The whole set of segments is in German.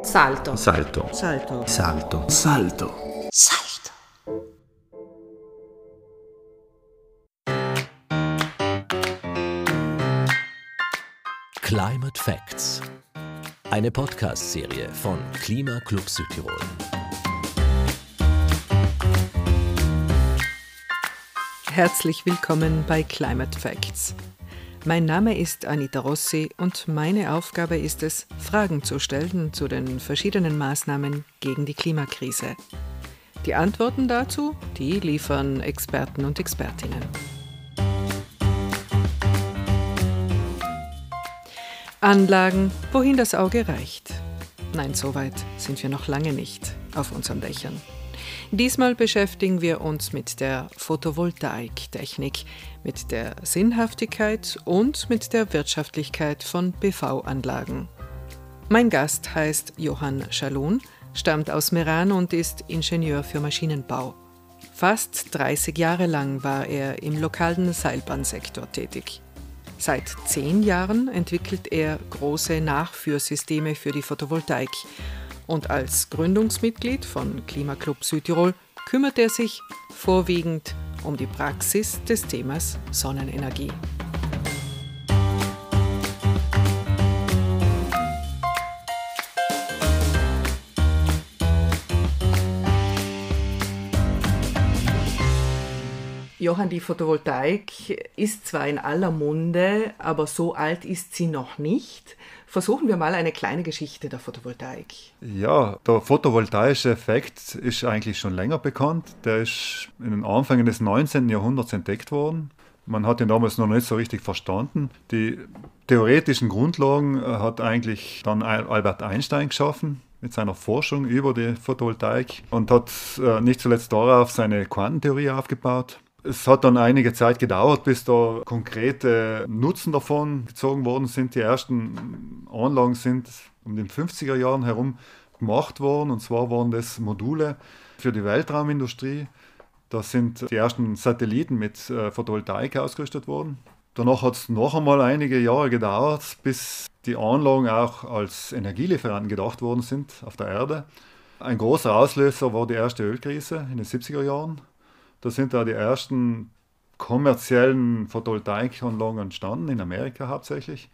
Salto. Salto. Salto. Salto. Salto. Salto. Climate Facts. Eine Podcast-Serie von Klimaclub Südtirol. Herzlich willkommen bei Climate Facts. Mein Name ist Anita Rossi und meine Aufgabe ist es, Fragen zu stellen zu den verschiedenen Maßnahmen gegen die Klimakrise. Die Antworten dazu, die liefern Experten und Expertinnen. Anlagen, wohin das Auge reicht. Nein, so weit sind wir noch lange nicht auf unseren Dächern. Diesmal beschäftigen wir uns mit der Photovoltaiktechnik, mit der Sinnhaftigkeit und mit der Wirtschaftlichkeit von PV-Anlagen. Mein Gast heißt Johann Schalun, stammt aus Meran und ist Ingenieur für Maschinenbau. Fast 30 Jahre lang war er im lokalen Seilbahnsektor tätig. Seit 10 Jahren entwickelt er große Nachführsysteme für die Photovoltaik. Und als Gründungsmitglied von Klimaclub Südtirol kümmert er sich vorwiegend um die Praxis des Themas Sonnenenergie. Johann, die Photovoltaik ist zwar in aller Munde, aber so alt ist sie noch nicht. Versuchen wir mal eine kleine Geschichte der Photovoltaik. Ja, der photovoltaische Effekt ist eigentlich schon länger bekannt. Der ist in den Anfängen des 19. Jahrhunderts entdeckt worden. Man hat ihn damals noch nicht so richtig verstanden. Die theoretischen Grundlagen hat eigentlich dann Albert Einstein geschaffen mit seiner Forschung über die Photovoltaik und hat nicht zuletzt darauf seine Quantentheorie aufgebaut. Es hat dann einige Zeit gedauert, bis da konkrete Nutzen davon gezogen worden sind. Die ersten Anlagen sind um den 50er Jahren herum gemacht worden. Und zwar waren das Module für die Weltraumindustrie. Da sind die ersten Satelliten mit Photovoltaik ausgerüstet worden. Danach hat es noch einmal einige Jahre gedauert, bis die Anlagen auch als Energielieferanten gedacht worden sind auf der Erde. Ein großer Auslöser war die erste Ölkrise in den 70er Jahren. Da sind da die ersten kommerziellen Photovoltaikanlagen entstanden, in Amerika hauptsächlich.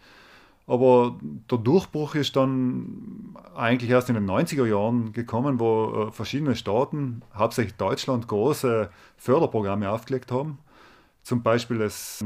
Aber der Durchbruch ist dann eigentlich erst in den 90er Jahren gekommen, wo verschiedene Staaten, hauptsächlich Deutschland, große Förderprogramme aufgelegt haben. Zum Beispiel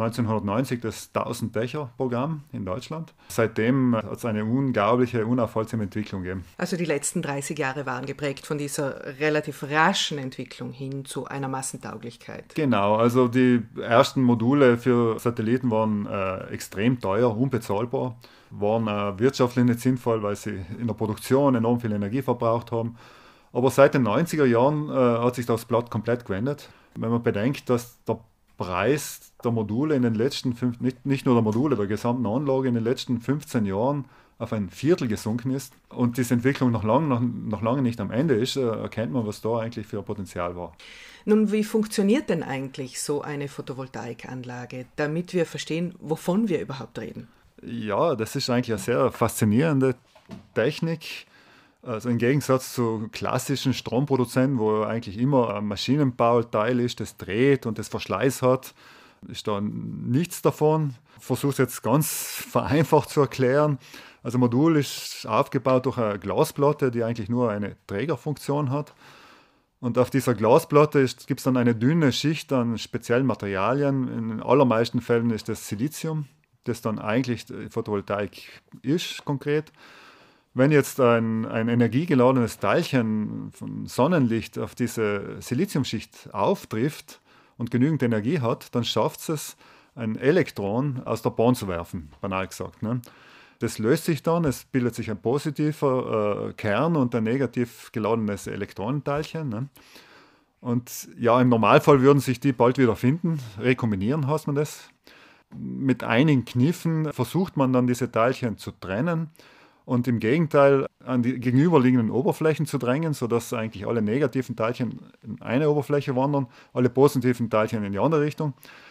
1990 das 1000-Dächer-Programm in Deutschland. Seitdem hat es eine unglaubliche, unaufhaltsame Entwicklung gegeben. Also die letzten 30 Jahre waren geprägt von dieser relativ raschen Entwicklung hin zu einer Massentauglichkeit. Genau, also die ersten Module für Satelliten waren extrem teuer, unbezahlbar, waren wirtschaftlich nicht sinnvoll, weil sie in der Produktion enorm viel Energie verbraucht haben. Aber seit den 90er Jahren hat sich das Blatt komplett gewendet. Wenn man bedenkt, dass der Preis der Module in den letzten nicht nur der Module, der gesamten Anlage in den letzten 15 Jahren auf ein Viertel gesunken ist und diese Entwicklung noch lange nicht am Ende ist, erkennt man, was da eigentlich für ein Potenzial war. Nun, wie funktioniert denn eigentlich so eine Photovoltaikanlage, damit wir verstehen, wovon wir überhaupt reden? Ja, das ist eigentlich eine sehr faszinierende Technik. Also im Gegensatz zu klassischen Stromproduzenten, wo eigentlich immer ein Maschinenbauteil ist, das dreht und das Verschleiß hat, ist da nichts davon. Ich versuche es jetzt ganz vereinfacht zu erklären. Also ein Modul ist aufgebaut durch eine Glasplatte, die eigentlich nur eine Trägerfunktion hat. Und auf dieser Glasplatte gibt es dann eine dünne Schicht an speziellen Materialien. In den allermeisten Fällen ist das Silizium, das dann eigentlich die Photovoltaik ist konkret. Wenn jetzt ein energiegeladenes Teilchen von Sonnenlicht auf diese Siliziumschicht auftrifft und genügend Energie hat, dann schafft es, ein Elektron aus der Bahn zu werfen, banal gesagt. Ne? Das löst sich dann, es bildet sich ein positiver Kern und ein negativ geladenes Elektronenteilchen. Ne? Und ja, im Normalfall würden sich die bald wieder finden, rekombinieren heißt man das. Mit einigen Kniffen versucht man dann diese Teilchen zu trennen und im Gegenteil an die gegenüberliegenden Oberflächen zu drängen, sodass eigentlich alle negativen Teilchen in eine Oberfläche wandern, alle positiven Teilchen in die andere Richtung.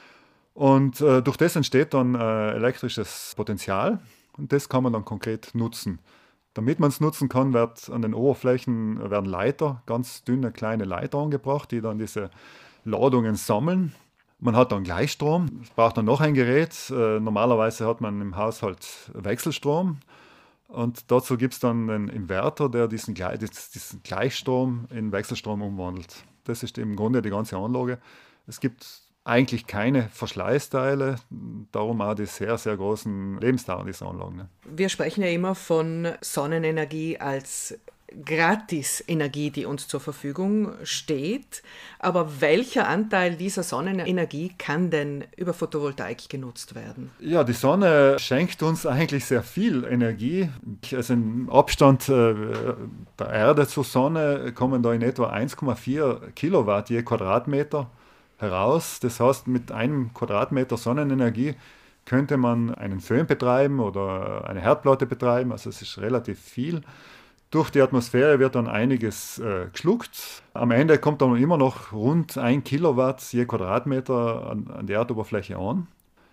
Und durch das entsteht dann elektrisches Potenzial und das kann man dann konkret nutzen. Damit man es nutzen kann, wird an den Oberflächen werden Leiter, ganz dünne kleine Leiter angebracht, die dann diese Ladungen sammeln. Man hat dann Gleichstrom, es braucht dann noch ein Gerät. Normalerweise hat man im Haushalt Wechselstrom und dazu gibt es dann einen Inverter, der diesen Gleichstrom in Wechselstrom umwandelt. Das ist im Grunde die ganze Anlage. Es gibt eigentlich keine Verschleißteile, darum auch die sehr, sehr großen Lebensdauer dieser Anlagen. Ne? Wir sprechen ja immer von Sonnenenergie als Gratis-Energie, die uns zur Verfügung steht. Aber welcher Anteil dieser Sonnenenergie kann denn über Photovoltaik genutzt werden? Ja, die Sonne schenkt uns eigentlich sehr viel Energie. Also im Abstand der Erde zur Sonne kommen da in etwa 1,4 Kilowatt je Quadratmeter heraus. Das heißt, mit einem Quadratmeter Sonnenenergie könnte man einen Föhn betreiben oder eine Herdplatte betreiben. Also es ist relativ viel. Durch die Atmosphäre wird dann einiges geschluckt. Am Ende kommt dann immer noch rund 1 Kilowatt je Quadratmeter an die Erdoberfläche an.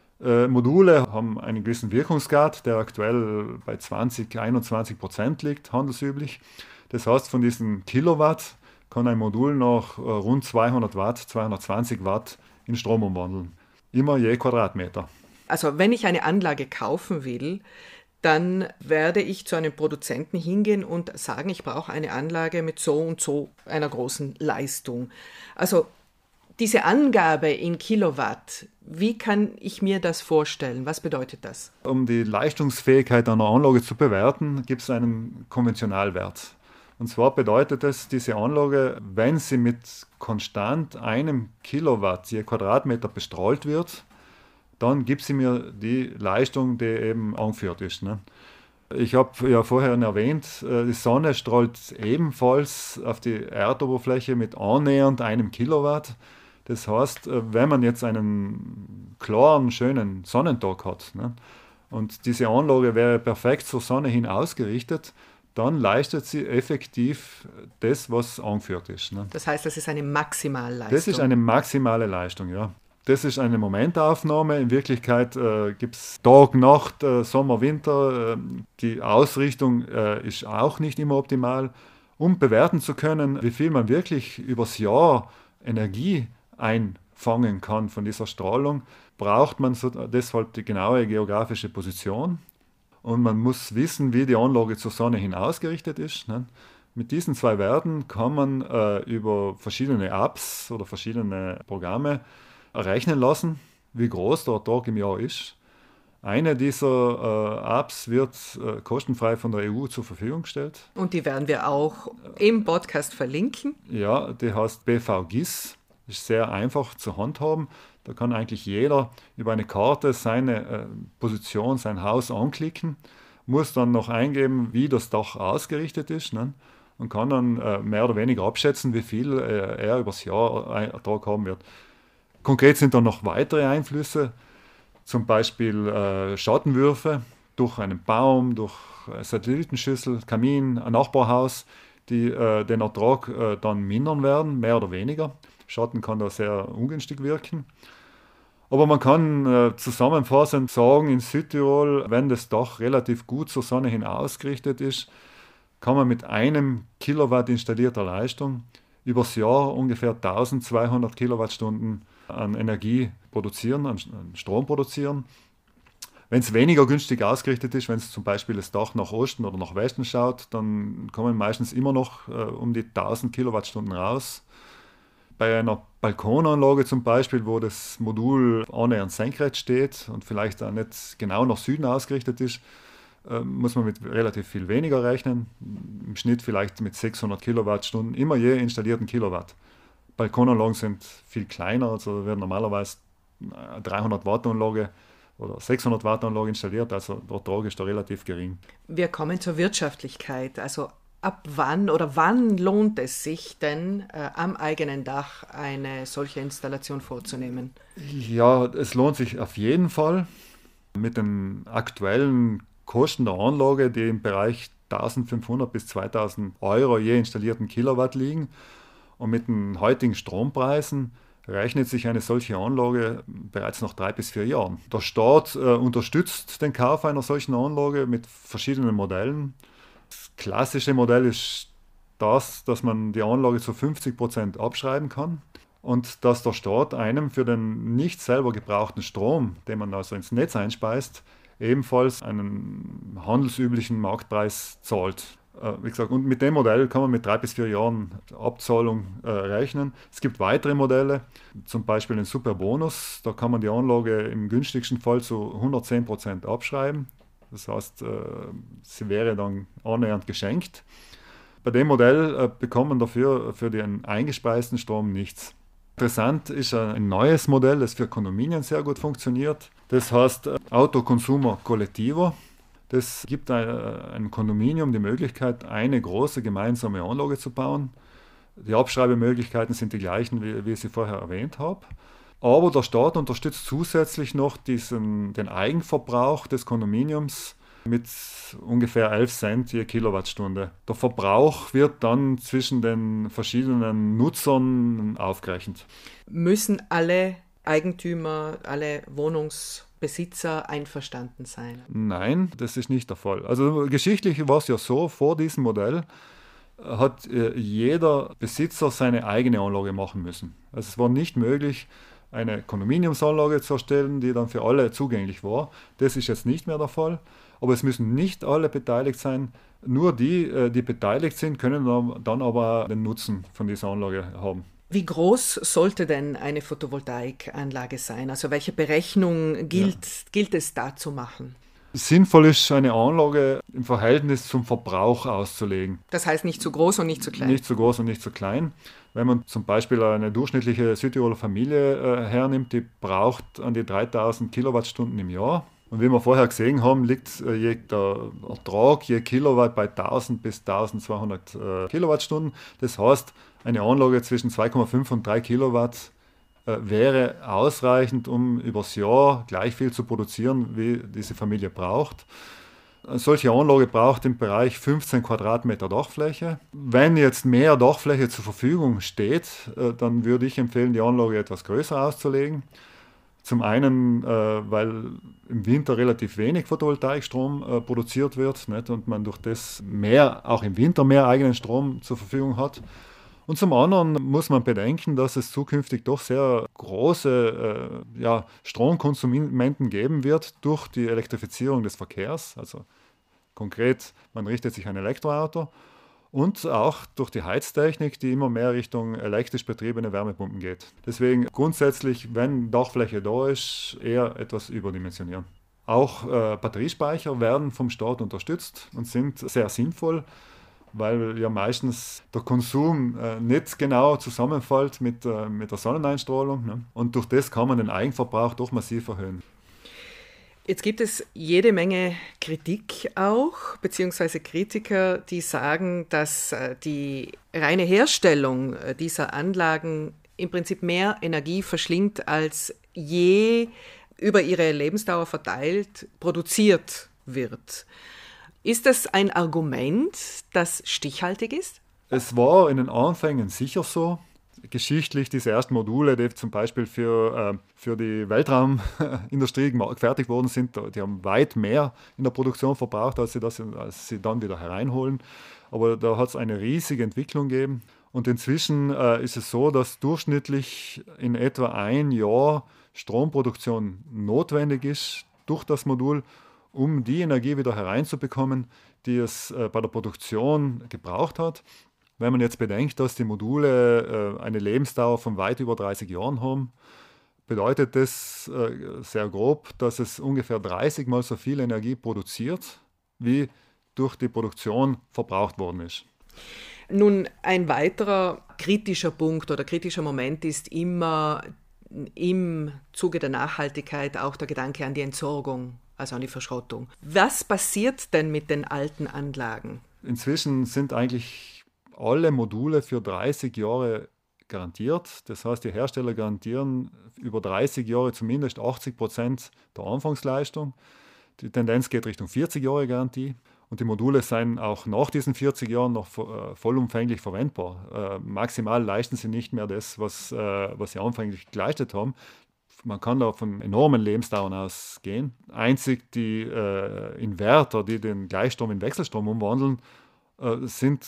Module haben einen gewissen Wirkungsgrad, der aktuell bei 20-21% liegt, handelsüblich. Das heißt, von diesen Kilowatt kann ein Modul noch rund 200 Watt, 220 Watt in Strom umwandeln. Immer je Quadratmeter. Also wenn ich eine Anlage kaufen will, dann werde ich zu einem Produzenten hingehen und sagen, ich brauche eine Anlage mit so und so einer großen Leistung. Also diese Angabe in Kilowatt, wie kann ich mir das vorstellen? Was bedeutet das? Um die Leistungsfähigkeit einer Anlage zu bewerten, gibt es einen Konventionalwert. Und zwar bedeutet es, diese Anlage, wenn sie mit konstant 1 Kilowatt je Quadratmeter bestrahlt wird, dann gibt sie mir die Leistung, die eben angeführt ist. Ne? Ich habe ja vorher erwähnt, die Sonne strahlt ebenfalls auf die Erdoberfläche mit annähernd 1 Kilowatt. Das heißt, wenn man jetzt einen klaren, schönen Sonnentag hat, ne, und diese Anlage wäre perfekt zur Sonne hin ausgerichtet, dann leistet sie effektiv das, was angeführt ist. Ne? Das heißt, das ist eine Maximalleistung. Das ist eine maximale Leistung, ja. Das ist eine Momentaufnahme. In Wirklichkeit gibt es Tag, Nacht, Sommer, Winter. Die Ausrichtung ist auch nicht immer optimal. Um bewerten zu können, wie viel man wirklich übers Jahr Energie einfangen kann von dieser Strahlung, braucht man deshalb die genaue geografische Position. Und man muss wissen, wie die Anlage zur Sonne hin ausgerichtet ist. Ne? Mit diesen 2 Werten kann man über verschiedene Apps oder verschiedene Programme errechnen lassen, wie groß der Ertrag im Jahr ist. Eine dieser Apps wird kostenfrei von der EU zur Verfügung gestellt. Und die werden wir auch im Podcast verlinken. Ja, die heißt BVGIS. Ist sehr einfach zu handhaben. Da kann eigentlich jeder über eine Karte seine Position, sein Haus anklicken, muss dann noch eingeben, wie das Dach ausgerichtet ist, ne? Und kann dann mehr oder weniger abschätzen, wie viel er übers Jahr Ertrag haben wird. Konkret sind dann noch weitere Einflüsse, zum Beispiel Schattenwürfe durch einen Baum, durch eine Satellitenschüssel, Kamin, ein Nachbarhaus, die den Ertrag dann mindern werden, mehr oder weniger. Schatten kann da sehr ungünstig wirken. Aber man kann zusammenfassend sagen, in Südtirol, wenn das Dach relativ gut zur Sonne hin ausgerichtet ist, kann man mit 1 Kilowatt installierter Leistung übers Jahr ungefähr 1200 Kilowattstunden an Energie produzieren, an Strom produzieren. Wenn es weniger günstig ausgerichtet ist, wenn es zum Beispiel das Dach nach Osten oder nach Westen schaut, dann kommen meistens immer noch um die 1000 Kilowattstunden raus. Bei einer Balkonanlage zum Beispiel, wo das Modul annähernd senkrecht steht und vielleicht auch nicht genau nach Süden ausgerichtet ist, muss man mit relativ viel weniger rechnen. Im Schnitt vielleicht mit 600 Kilowattstunden, immer je installierten Kilowatt. Balkonanlagen sind viel kleiner, also werden normalerweise 300 Watt Anlage oder 600 Watt Anlage installiert, also der Ertrag ist da relativ gering. Wir kommen zur Wirtschaftlichkeit, also ab wann oder wann lohnt es sich denn, am eigenen Dach eine solche Installation vorzunehmen? Ja, es lohnt sich auf jeden Fall. Mit den aktuellen Kosten der Anlage, die im Bereich 1.500 bis 2.000 Euro je installierten Kilowatt liegen, und mit den heutigen Strompreisen rechnet sich eine solche Anlage bereits nach 3 bis 4 Jahren. Der Staat unterstützt den Kauf einer solchen Anlage mit verschiedenen Modellen. klassische Modell ist das, dass man die Anlage zu 50% abschreiben kann und dass der Staat einem für den nicht selber gebrauchten Strom, den man also ins Netz einspeist, ebenfalls einen handelsüblichen Marktpreis zahlt. Wie gesagt, und mit dem Modell kann man mit 3 bis 4 Jahren Abzahlung rechnen. Es gibt weitere Modelle, zum Beispiel den Superbonus. Da kann man die Anlage im günstigsten Fall zu 110% abschreiben. Das heißt, sie wäre dann annähernd geschenkt. Bei dem Modell bekommt man dafür für den eingespeisten Strom nichts. Interessant ist ein neues Modell, das für Kondomínien sehr gut funktioniert. Das heißt Autoconsumo Collettivo. Das gibt einem Kondominium die Möglichkeit, eine große gemeinsame Anlage zu bauen. Die Abschreibemöglichkeiten sind die gleichen, wie ich sie vorher erwähnt habe. Aber der Staat unterstützt zusätzlich noch den Eigenverbrauch des Kondominiums mit ungefähr 11 Cent je Kilowattstunde. Der Verbrauch wird dann zwischen den verschiedenen Nutzern aufgerechnet. Müssen alle Eigentümer, alle Wohnungsbesitzer einverstanden sein? Nein, das ist nicht der Fall. Also geschichtlich war es ja so, vor diesem Modell hat jeder Besitzer seine eigene Anlage machen müssen. Also es war nicht möglich, eine Kondominiumsanlage zu erstellen, die dann für alle zugänglich war. Das ist jetzt nicht mehr der Fall. Aber es müssen nicht alle beteiligt sein. Nur die, die beteiligt sind, können dann aber den Nutzen von dieser Anlage haben. Wie groß sollte denn eine Photovoltaikanlage sein? Also welche Berechnung gilt es da zu machen? Sinnvoll ist, eine Anlage im Verhältnis zum Verbrauch auszulegen. Das heißt nicht zu groß und nicht zu klein? Nicht zu groß und nicht zu klein. Wenn man zum Beispiel eine durchschnittliche Südtiroler Familie hernimmt, die braucht an die 3000 Kilowattstunden im Jahr. Und wie wir vorher gesehen haben, liegt der Ertrag je Kilowatt bei 1000 bis 1200 Kilowattstunden. Das heißt, eine Anlage zwischen 2,5 und 3 Kilowatt wäre ausreichend, um übers Jahr gleich viel zu produzieren, wie diese Familie braucht. Eine solche Anlage braucht im Bereich 15 Quadratmeter Dachfläche. Wenn jetzt mehr Dachfläche zur Verfügung steht, dann würde ich empfehlen, die Anlage etwas größer auszulegen. Zum einen, weil im Winter relativ wenig Photovoltaikstrom produziert wird, nicht? Und man durch das auch im Winter mehr eigenen Strom zur Verfügung hat. Und zum anderen muss man bedenken, dass es zukünftig doch sehr große Stromkonsumenten geben wird durch die Elektrifizierung des Verkehrs. Also konkret, man richtet sich ein Elektroauto. Und auch durch die Heiztechnik, die immer mehr Richtung elektrisch betriebene Wärmepumpen geht. Deswegen grundsätzlich, wenn Dachfläche da ist, eher etwas überdimensionieren. Auch Batteriespeicher werden vom Staat unterstützt und sind sehr sinnvoll, weil ja meistens der Konsum nicht genau zusammenfällt mit der Sonneneinstrahlung. Ne? Und durch das kann man den Eigenverbrauch doch massiv erhöhen. Jetzt gibt es jede Menge Kritik auch, beziehungsweise Kritiker, die sagen, dass die reine Herstellung dieser Anlagen im Prinzip mehr Energie verschlingt, als je über ihre Lebensdauer verteilt produziert wird. Ist das ein Argument, das stichhaltig ist? Es war in den Anfängen sicher so. Geschichtlich diese ersten Module, die zum Beispiel für die Weltraumindustrie gefertigt worden sind, die haben weit mehr in der Produktion verbraucht, als sie dann wieder hereinholen. Aber da hat es eine riesige Entwicklung gegeben. Und inzwischen ist es so, dass durchschnittlich in etwa ein Jahr Stromproduktion notwendig ist durch das Modul, um die Energie wieder hereinzubekommen, die es bei der Produktion gebraucht hat. Wenn man jetzt bedenkt, dass die Module eine Lebensdauer von weit über 30 Jahren haben, bedeutet das sehr grob, dass es ungefähr 30 Mal so viel Energie produziert, wie durch die Produktion verbraucht worden ist. Nun, ein weiterer kritischer Punkt oder kritischer Moment ist immer im Zuge der Nachhaltigkeit auch der Gedanke an die Entsorgung, also an die Verschrottung. Was passiert denn mit den alten Anlagen? Inzwischen sind eigentlich alle Module für 30 Jahre garantiert. Das heißt, die Hersteller garantieren über 30 Jahre zumindest 80% der Anfangsleistung. Die Tendenz geht Richtung 40 Jahre Garantie. Und die Module seien auch nach diesen 40 Jahren noch vollumfänglich verwendbar. Maximal leisten sie nicht mehr das, was sie anfänglich geleistet haben. Man kann da von enormen Lebensdauern ausgehen. Einzig die Inverter, die den Gleichstrom in Wechselstrom umwandeln, sind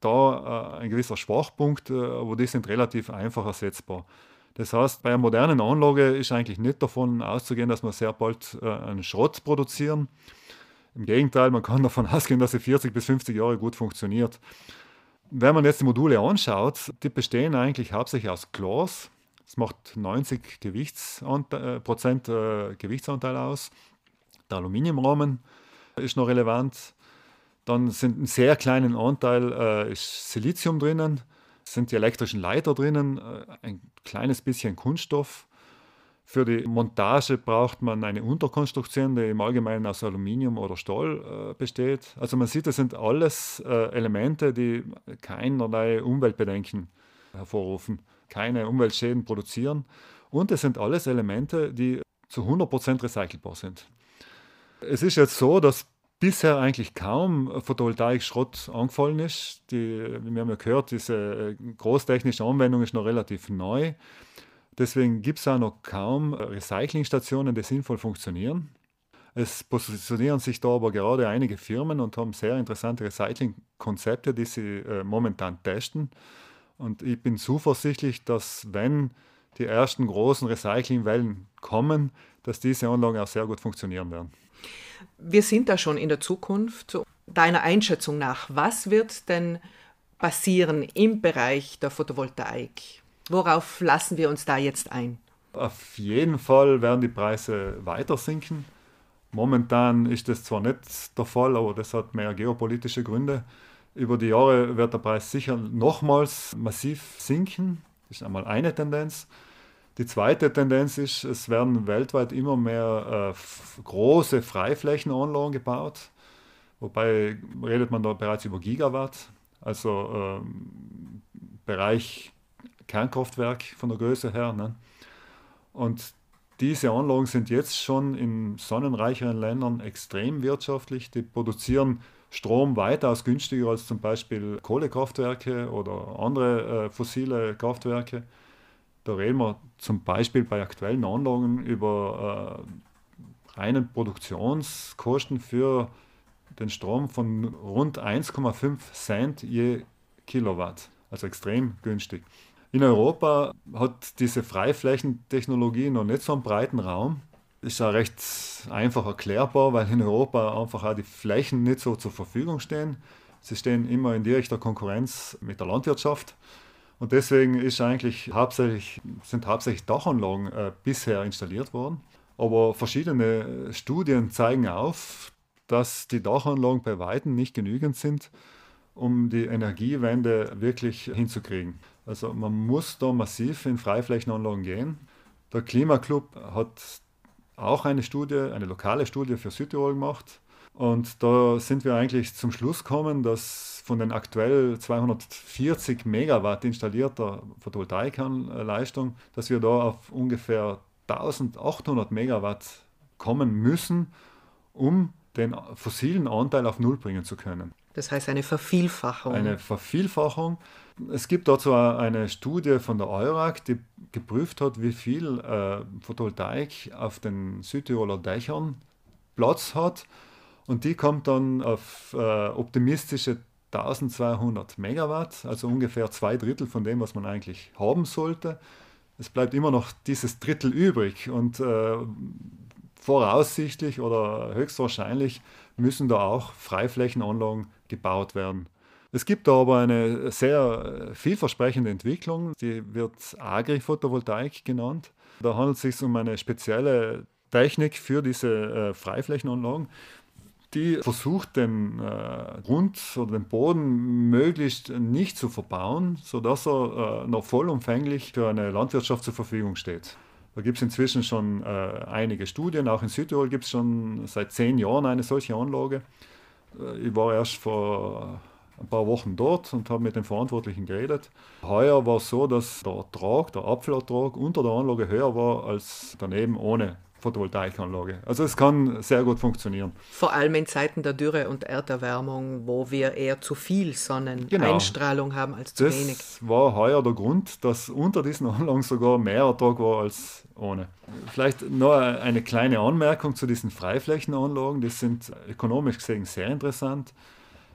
da ein gewisser Schwachpunkt, aber die sind relativ einfach ersetzbar. Das heißt, bei einer modernen Anlage ist eigentlich nicht davon auszugehen, dass wir sehr bald einen Schrott produzieren. Im Gegenteil, man kann davon ausgehen, dass sie 40 bis 50 Jahre gut funktioniert. Wenn man jetzt die Module anschaut, die bestehen eigentlich hauptsächlich aus Glas. Das macht 90 Prozent Gewichtsanteil aus. Der Aluminiumrahmen ist noch relevant. Dann sind einen sehr kleinen Anteil ist Silizium drinnen, sind die elektrischen Leiter drinnen, ein kleines bisschen Kunststoff. Für die Montage braucht man eine Unterkonstruktion, die im Allgemeinen aus Aluminium oder Stahl besteht. Also man sieht, das sind alles Elemente, die keinerlei Umweltbedenken hervorrufen, keine Umweltschäden produzieren. Und es sind alles Elemente, die zu 100% recycelbar sind. Es ist jetzt so, dass bisher eigentlich kaum Photovoltaik-Schrott angefallen ist. Wir haben ja gehört, diese großtechnische Anwendung ist noch relativ neu. Deswegen gibt es auch noch kaum Recyclingstationen, die sinnvoll funktionieren. Es positionieren sich da aber gerade einige Firmen und haben sehr interessante Recyclingkonzepte, die sie momentan testen. Und ich bin zuversichtlich, dass wenn die ersten großen Recyclingwellen kommen, dass diese Anlagen auch sehr gut funktionieren werden. Wir sind da schon in der Zukunft. Deiner Einschätzung nach, was wird denn passieren im Bereich der Photovoltaik? Worauf lassen wir uns da jetzt ein? Auf jeden Fall werden die Preise weiter sinken. Momentan ist das zwar nicht der Fall, aber das hat mehr geopolitische Gründe. Über die Jahre wird der Preis sicher nochmals massiv sinken. Das ist einmal eine Tendenz. Die zweite Tendenz ist, es werden weltweit immer mehr große Freiflächenanlagen gebaut. Wobei redet man da bereits über Gigawatt, also Bereich Kernkraftwerk von der Größe her. Ne? Und diese Anlagen sind jetzt schon in sonnenreicheren Ländern extrem wirtschaftlich. Die produzieren Strom weitaus günstiger als zum Beispiel Kohlekraftwerke oder andere fossile Kraftwerke. Da reden wir zum Beispiel bei aktuellen Anlagen über reinen Produktionskosten für den Strom von rund 1,5 Cent je Kilowatt, also extrem günstig. In Europa hat diese Freiflächentechnologie noch nicht so einen breiten Raum. Ist ja recht einfach erklärbar, weil in Europa einfach auch die Flächen nicht so zur Verfügung stehen. Sie stehen immer in direkter Konkurrenz mit der Landwirtschaft. Und deswegen sind hauptsächlich Dachanlagen bisher installiert worden. Aber verschiedene Studien zeigen auf, dass die Dachanlagen bei weitem nicht genügend sind, um die Energiewende wirklich hinzukriegen. Also man muss da massiv in Freiflächenanlagen gehen. Der Klimaclub hat auch eine lokale Studie für Südtirol gemacht. Und da sind wir eigentlich zum Schluss gekommen, dass von den aktuell 240 Megawatt installierter Photovoltaikleistung, dass wir da auf ungefähr 1800 Megawatt kommen müssen, um den fossilen Anteil auf Null bringen zu können. Das heißt eine Vervielfachung. Eine Vervielfachung. Es gibt dazu eine Studie von der EURAG, die geprüft hat, wie viel Photovoltaik auf den Südtiroler Dächern Platz hat. Und die kommt dann auf optimistische 1200 Megawatt, also ungefähr 2/3 von dem, was man eigentlich haben sollte. Es bleibt immer noch dieses Drittel übrig und voraussichtlich oder höchstwahrscheinlich müssen da auch Freiflächenanlagen gebaut werden. Es gibt da aber eine sehr vielversprechende Entwicklung, die wird Agri-Photovoltaik genannt. Da handelt es sich um eine spezielle Technik für diese Freiflächenanlagen, die versucht, den Grund oder den Boden möglichst nicht zu verbauen, sodass er noch vollumfänglich für eine Landwirtschaft zur Verfügung steht. Da gibt es inzwischen schon einige Studien, auch in Südtirol gibt es schon seit 10 Jahren eine solche Anlage. Ich war erst vor ein paar Wochen dort und habe mit den Verantwortlichen geredet. Heuer war es so, dass der Apfelertrag unter der Anlage höher war als daneben ohne Photovoltaikanlage. Also es kann sehr gut funktionieren. Vor allem in Zeiten der Dürre und Erderwärmung, wo wir eher zu viel Sonneneinstrahlung haben als zu wenig. Das war heuer der Grund, dass unter diesen Anlagen sogar mehr Ertrag war als ohne. Vielleicht noch eine kleine Anmerkung zu diesen Freiflächenanlagen. Die sind ökonomisch gesehen sehr interessant.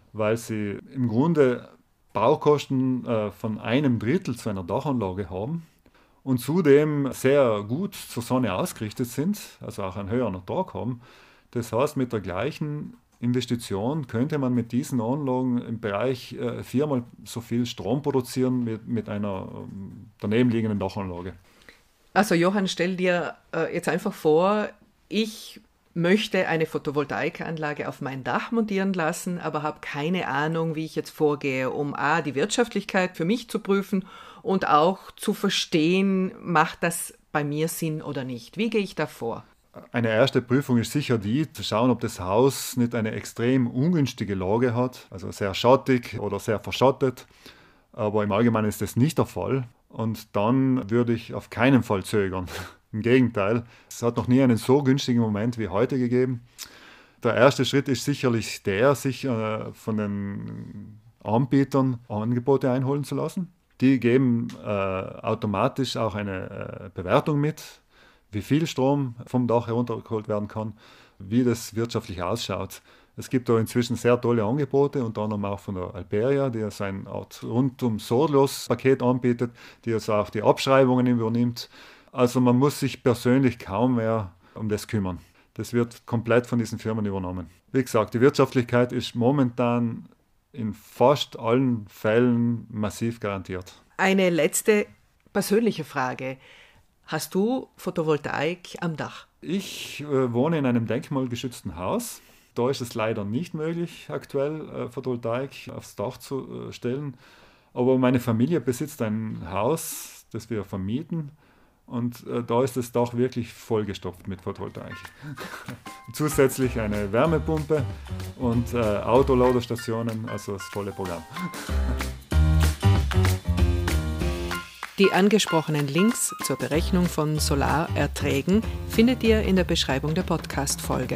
weil sie im Grunde Baukosten von 1/3 zu einer Dachanlage haben und zudem sehr gut zur Sonne ausgerichtet sind, also auch einen höheren Ertrag haben. Das heißt, mit der gleichen Investition könnte man mit diesen Anlagen im Bereich 4-mal so viel Strom produzieren mit einer daneben liegenden Dachanlage. Also Johann, stell dir jetzt einfach vor, ich möchte eine Photovoltaikanlage auf mein Dach montieren lassen, aber habe keine Ahnung, wie ich jetzt vorgehe, um die Wirtschaftlichkeit für mich zu prüfen und auch zu verstehen, macht das bei mir Sinn oder nicht. Wie gehe ich da vor? Eine erste Prüfung ist sicher die, zu schauen, ob das Haus nicht eine extrem ungünstige Lage hat, also sehr schattig oder sehr verschattet. Aber im Allgemeinen ist das nicht der Fall. Und dann würde ich auf keinen Fall zögern. Im Gegenteil, es hat noch nie einen so günstigen Moment wie heute gegeben. Der erste Schritt ist sicherlich der, sich von den Anbietern Angebote einholen zu lassen. Die geben automatisch auch eine Bewertung mit, wie viel Strom vom Dach heruntergeholt werden kann, wie das wirtschaftlich ausschaut. Es gibt da inzwischen sehr tolle Angebote, unter anderem auch von der Alperia, die so eine Art rundum sorglos Paket anbietet, die also auch die Abschreibungen übernimmt. Also man muss sich persönlich kaum mehr um das kümmern. Das wird komplett von diesen Firmen übernommen. Wie gesagt, die Wirtschaftlichkeit ist momentan in fast allen Fällen massiv garantiert. Eine letzte persönliche Frage. Hast du Photovoltaik am Dach? Ich wohne in einem denkmalgeschützten Haus. Da ist es leider nicht möglich, aktuell Photovoltaik aufs Dach zu stellen. Aber meine Familie besitzt ein Haus, das wir vermieten. Und da ist das Dach wirklich vollgestopft mit Photovoltaik. Zusätzlich eine Wärmepumpe und Autoladerstationen, also das volle Programm. Die angesprochenen Links zur Berechnung von Solarerträgen findet ihr in der Beschreibung der Podcast-Folge.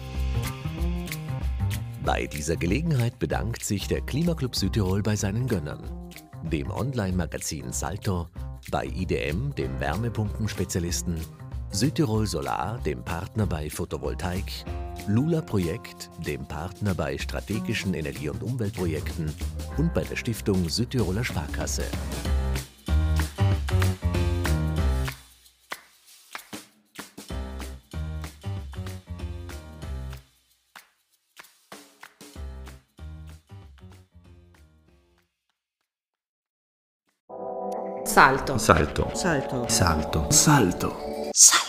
Bei dieser Gelegenheit bedankt sich der Klimaclub Südtirol bei seinen Gönnern, dem Online-Magazin Salto, bei IDM, dem Wärmepumpenspezialisten, Südtirol Solar, dem Partner bei Photovoltaik, Lula Projekt, dem Partner bei strategischen Energie- und Umweltprojekten und bei der Stiftung Südtiroler Sparkasse. Salto. Salto. Salto. Salto. Salto. Salto.